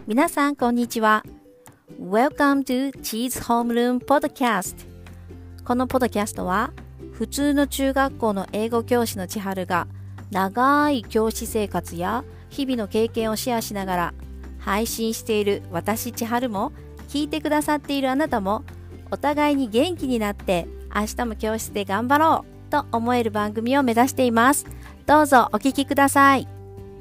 皆さんこんにちは。Welcome to Cheese Homeroom Podcast。 このポッドキャストは普通の中学校の英語教師の千春が長い教師生活や日々の経験をシェアしながら配信している私千春も聞いてくださっているあなたもお互いに元気になって明日も教室で頑張ろうと思える番組を目指しています。どうぞお聞きください。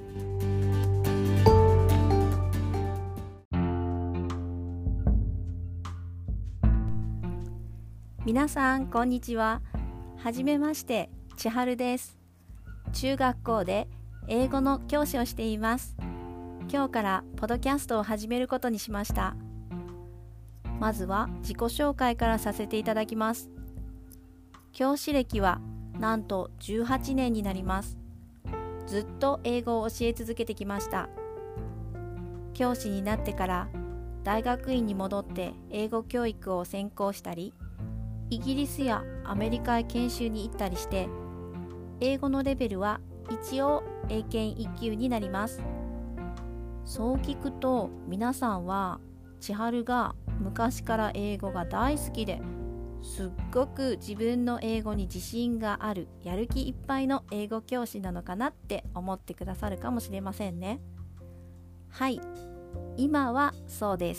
皆さんこんにちは。はじめまして、千春です。中学校で英語の教師をしています。今日からポッドキャストを始めることにしました。まずは自己紹介からさせていただきます。教師歴はなんと18年になります。ずっと英語を教え続けてきました。教師になってから大学院に戻って英語教育を専攻したり、イギリスやアメリカへ研修に行ったりして、英語のレベルは一応英検1級になります。そう聞くと皆さんは千春が昔から英語が大好きですっごく自分の英語に自信がある、やる気いっぱいの英語教師なのかなって思ってくださるかもしれませんね。はい、今はそうです。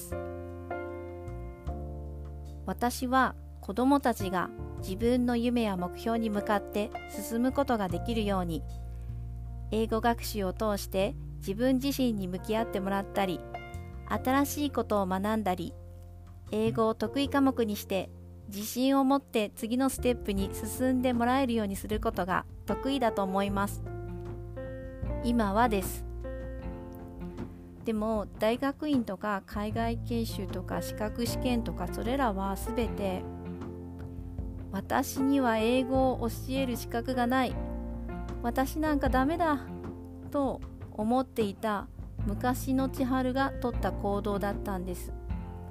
私は子どもたちが自分の夢や目標に向かって進むことができるように、英語学習を通して自分自身に向き合ってもらったり、新しいことを学んだり、英語を得意科目にして自信を持って次のステップに進んでもらえるようにすることが得意だと思います。今はです。でも大学院とか海外研修とか資格試験とか、それらはすべて私には英語を教える資格がない、私なんかダメだと思っていた昔の千春が取った行動だったんです。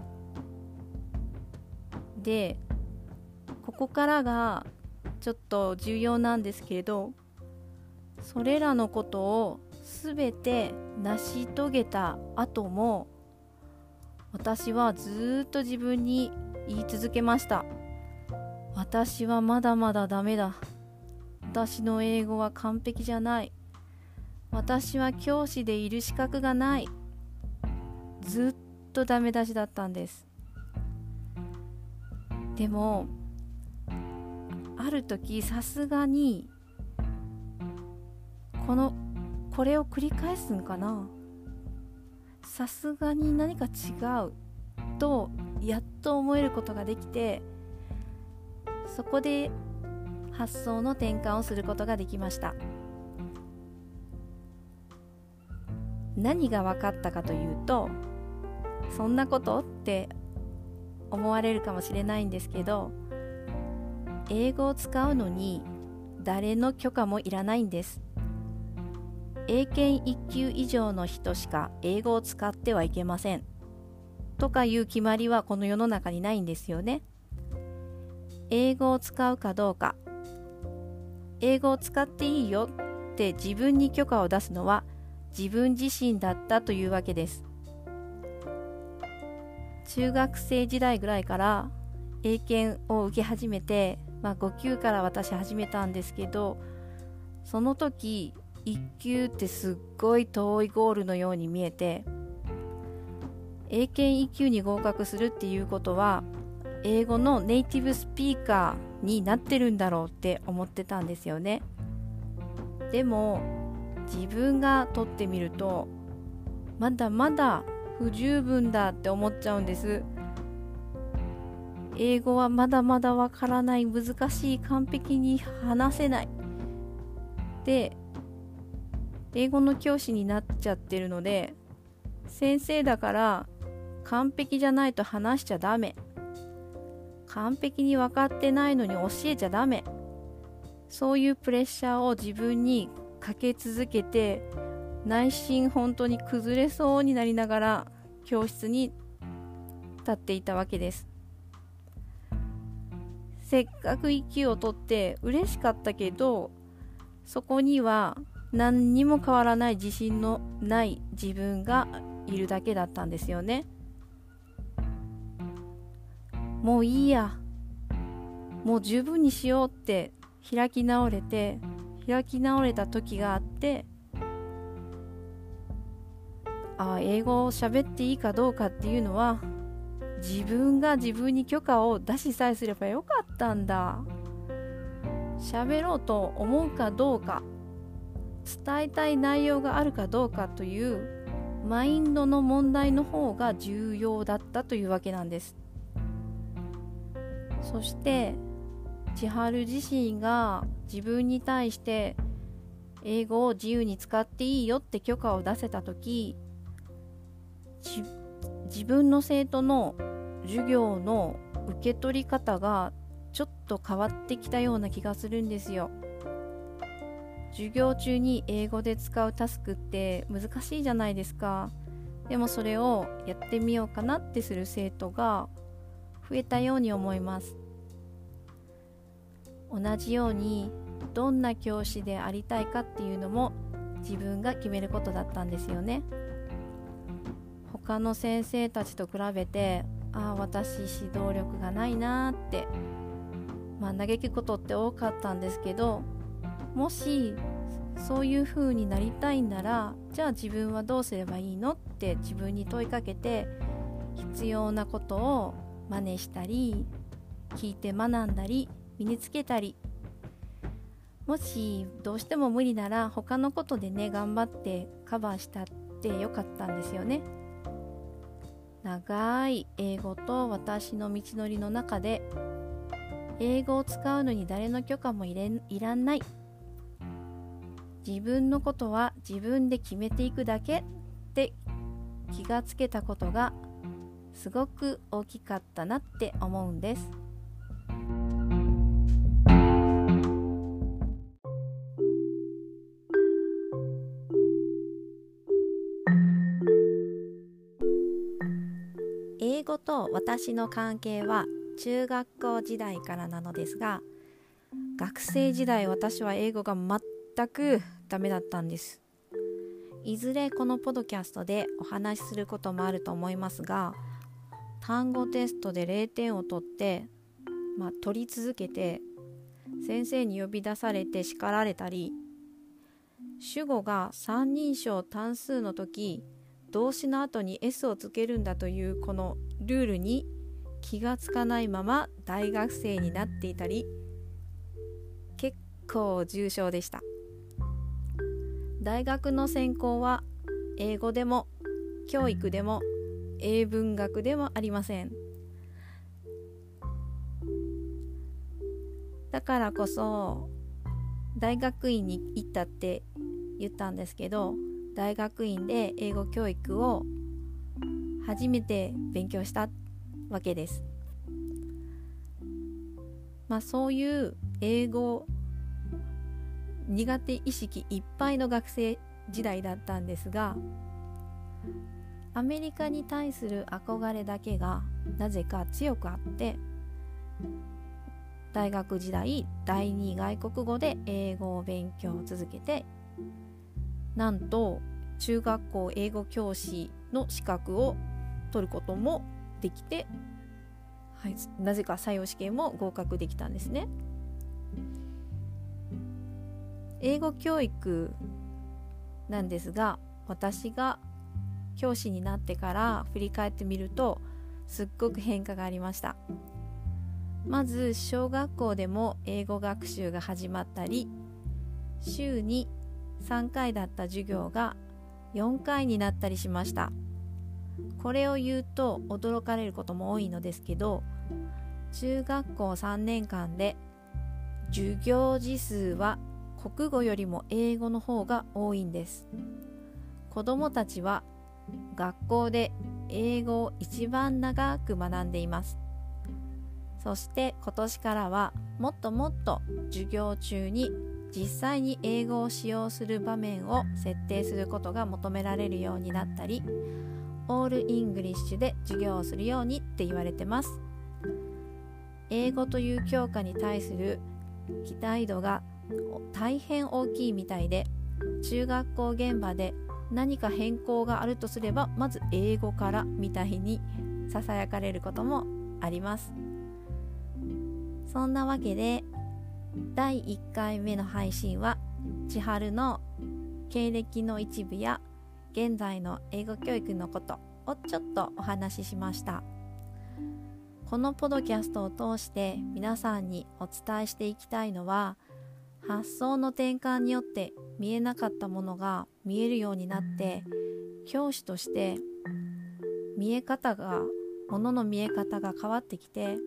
で、ここからがちょっと重要なんですけれど、それらのことをすべて成し遂げた後も、私はずっと自分に言い続けました。私はまだまだダメだ。私の英語は完璧じゃない。私は教師でいる資格がない。ずっとダメ出しだったんです。でもある時さすがにこれを繰り返すんかな、さすがに何か違うとやっと思えることができて、そこで発想の転換をすることができました。何が分かったかというと、そんなことって思われるかもしれないんですけど、英語を使うのに誰の許可もいらないんです。英検1級以上の人しか英語を使ってはいけませんとかいう決まりはこの世の中にないんですよね。英語を使うかどうか、英語を使っていいよって自分に許可を出すのは自分自身だったというわけです。中学生時代ぐらいから英検を受け始めて、5級から私始めたんですけど、その時1級ってすっごい遠いゴールのように見えて、英検1級に合格するっていうことは英語のネイティブスピーカーになってるんだろうって思ってたんですよね。でも自分が取ってみるとまだまだ不十分だって思っちゃうんです。英語はまだまだわからない、難しい、完璧に話せないで、英語の教師になっちゃってるので、先生だから完璧じゃないと話しちゃダメ、完璧に分かってないのに教えちゃダメ、そういうプレッシャーを自分にかけ続けて、内心本当に崩れそうになりながら教室に立っていたわけです。せっかく1級を取って嬉しかったけど、そこには何にも変わらない自信のない自分がいるだけだったんですよね。もういいや、もう十分にしようって開き直れた時があって、英語を喋っていいかどうかっていうのは自分が自分に許可を出しさえすればよかったんだ。喋ろうと思うかどうか、伝えたい内容があるかどうかというマインドの問題の方が重要だったというわけなんです。そして千春自身が自分に対して英語を自由に使っていいよって許可を出せたとき、自分の生徒の授業の受け取り方がちょっと変わってきたような気がするんですよ。授業中に英語で使うタスクって難しいじゃないですか。でもそれをやってみようかなってする生徒が増えたように思います。同じようにどんな教師でありたいかっていうのも自分が決めることだったんですよね。他の先生たちと比べて、私指導力がないなって、嘆くことって多かったんですけど、もしそういう風になりたいんなら、じゃあ自分はどうすればいいのって自分に問いかけて、必要なことを真似したり、聞いて学んだり身につけたり、もしどうしても無理なら他のことでね、頑張ってカバーしたってよかったんですよね。長い英語と私の道のりの中で、英語を使うのに誰の許可もいらない、自分のことは自分で決めていくだけって気がつけたことがすごく大きかったなって思うんです。英語と私の関係は中学校時代からなのですが、学生時代私は英語が全くダメだったんです。いずれこのポッドキャストでお話しすることもあると思いますが、単語テストで0点を取って、取り続けて先生に呼び出されて叱られたり、主語が三人称単数の時動詞の後に S をつけるんだというこのルールに気がつかないまま大学生になっていたり、結構重症でした。大学の専攻は英語でも教育でも英文学でもありません。だからこそ大学院に行ったって言ったんですけど、大学院で英語教育を初めて勉強したわけです。そういう英語苦手意識いっぱいの学生時代だったんですが、アメリカに対する憧れだけがなぜか強くあって、大学時代第二外国語で英語を勉強を続けて、なんと中学校英語教師の資格を取ることもできて、なぜか採用試験も合格できたんですね。英語教育なんですが、私が教師になってから振り返ってみるとすっごく変化がありました。まず小学校でも英語学習が始まったり、週に3回だった授業が4回になったりしました。これを言うと驚かれることも多いのですけど、中学校3年間で授業時数は国語よりも英語の方が多いんです。子どもたちは学校で英語を一番長く学んでいます。そして今年からはもっともっと授業中に実際に英語を使用する場面を設定することが求められるようになったり、オールイングリッシュで授業をするようにって言われてます。英語という教科に対する期待度が大変大きいみたいで、中学校現場で何か変更があるとすれば、まず英語からみたいにささやかれることもあります。そんなわけで第1回目の配信は千春の経歴の一部や現在の英語教育のことをちょっとお話ししました。このポドキャストを通して皆さんにお伝えしていきたいのは、発想の転換によって見えなかったものが見えるようになって、教師としてものの見え方が変わってきて、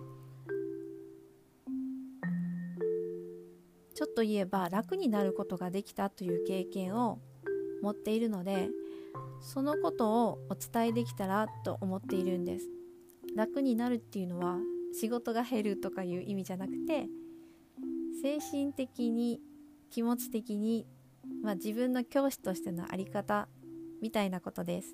ちょっと言えば楽になることができたという経験を持っているので、そのことをお伝えできたらと思っているんです。楽になるっていうのは仕事が減るとかいう意味じゃなくて、精神的に気持ち的に、自分の教師としての在り方みたいなことです。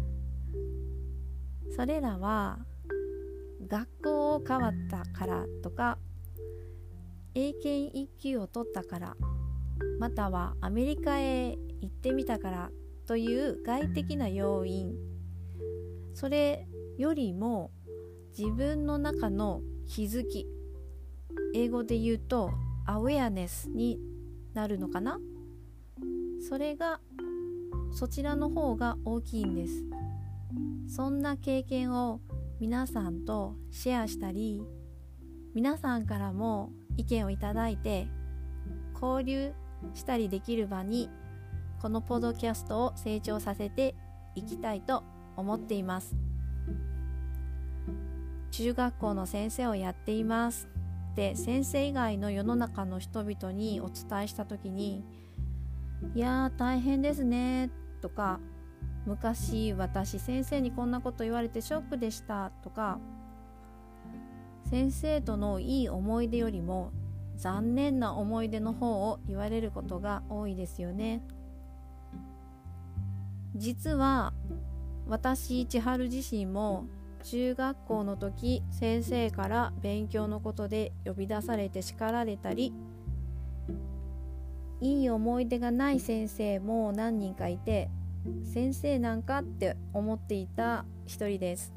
それらは学校を変わったからとか、英検1級を取ったから、またはアメリカへ行ってみたからという外的な要因、それよりも自分の中の気づき、英語で言うとアウェアネスになるのかな。そちらの方が大きいんです。そんな経験を皆さんとシェアしたり、皆さんからも意見をいただいて交流したりできる場に、このポッドキャストを成長させていきたいと思っています。中学校の先生をやっていますって先生以外の世の中の人々にお伝えしたときに、いやー大変ですねとか、昔私先生にこんなこと言われてショックでしたとか、先生とのいい思い出よりも残念な思い出の方を言われることが多いですよね。実は私千春自身も中学校の時、先生から勉強のことで呼び出されて叱られたり、いい思い出がない先生も何人かいて、先生なんかって思っていた一人です。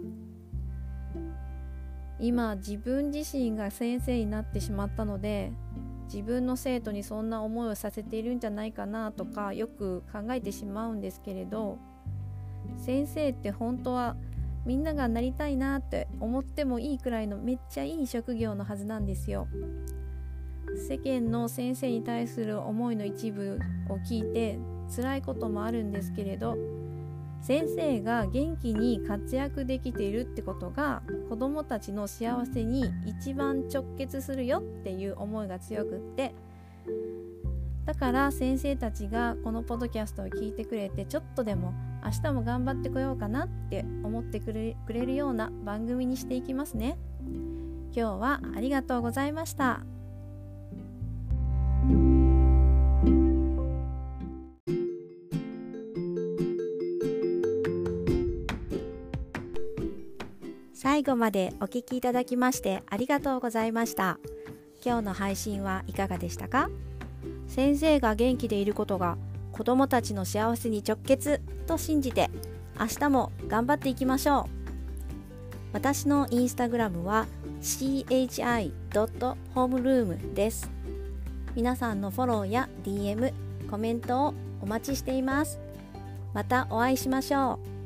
今自分自身が先生になってしまったので、自分の生徒にそんな思いをさせているんじゃないかなとかよく考えてしまうんですけれど、先生って本当はみんながなりたいなって思ってもいいくらいのめっちゃいい職業のはずなんですよ。世間の先生に対する思いの一部を聞いて辛いこともあるんですけれど、先生が元気に活躍できているってことが子どもたちの幸せに一番直結するよっていう思いが強くって、だから先生たちがこのポッドキャストを聞いてくれて、ちょっとでも明日も頑張ってこようかなって思ってくれるような番組にしていきますね。今日はありがとうございました。最後までお聞きいただきましてありがとうございました。今日の配信はいかがでしたか？先生が元気でいることが子どもたちの幸せに直結と信じて、明日も頑張っていきましょう。私のインスタグラムは chi.homeroom です。皆さんのフォローや DM、コメントをお待ちしています。またお会いしましょう。